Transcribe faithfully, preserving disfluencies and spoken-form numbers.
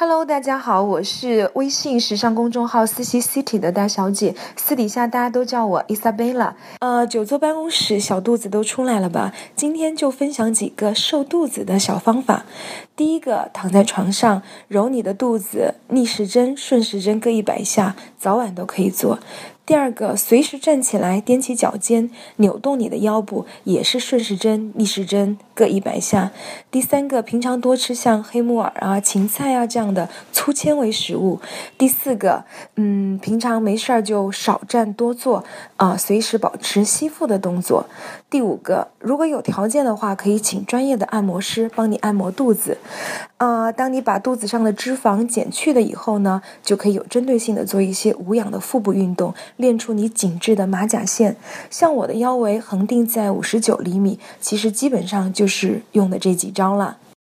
Hello，大家好，我是微信时尚公众号思溪 City 的大小姐，私底下大家都叫我 Isabella。呃，久坐办公室，小肚子都出来了吧？今天就分享几个瘦肚子的小方法。第一个，躺在床上揉你的肚子，逆时针、顺时针各一百下，早晚都可以做。第二个，随时站起来，踮起脚尖，扭动你的腰部，也是顺时针、逆时针各一百下。第三个，平常多吃像黑木耳啊、芹菜啊这样的粗纤维食物。第四个，嗯，平常没事儿就少站多坐啊、呃，随时保持吸腹的动作。第五个，如果有条件的话，可以请专业的按摩师帮你按摩肚子。啊、呃，当你把肚子上的脂肪减去了以后呢，就可以有针对性的做一些无氧的腹部运动。练出你紧致的马甲线。像我的腰围恒定在五十九厘米，其实基本上就是用的这几招了。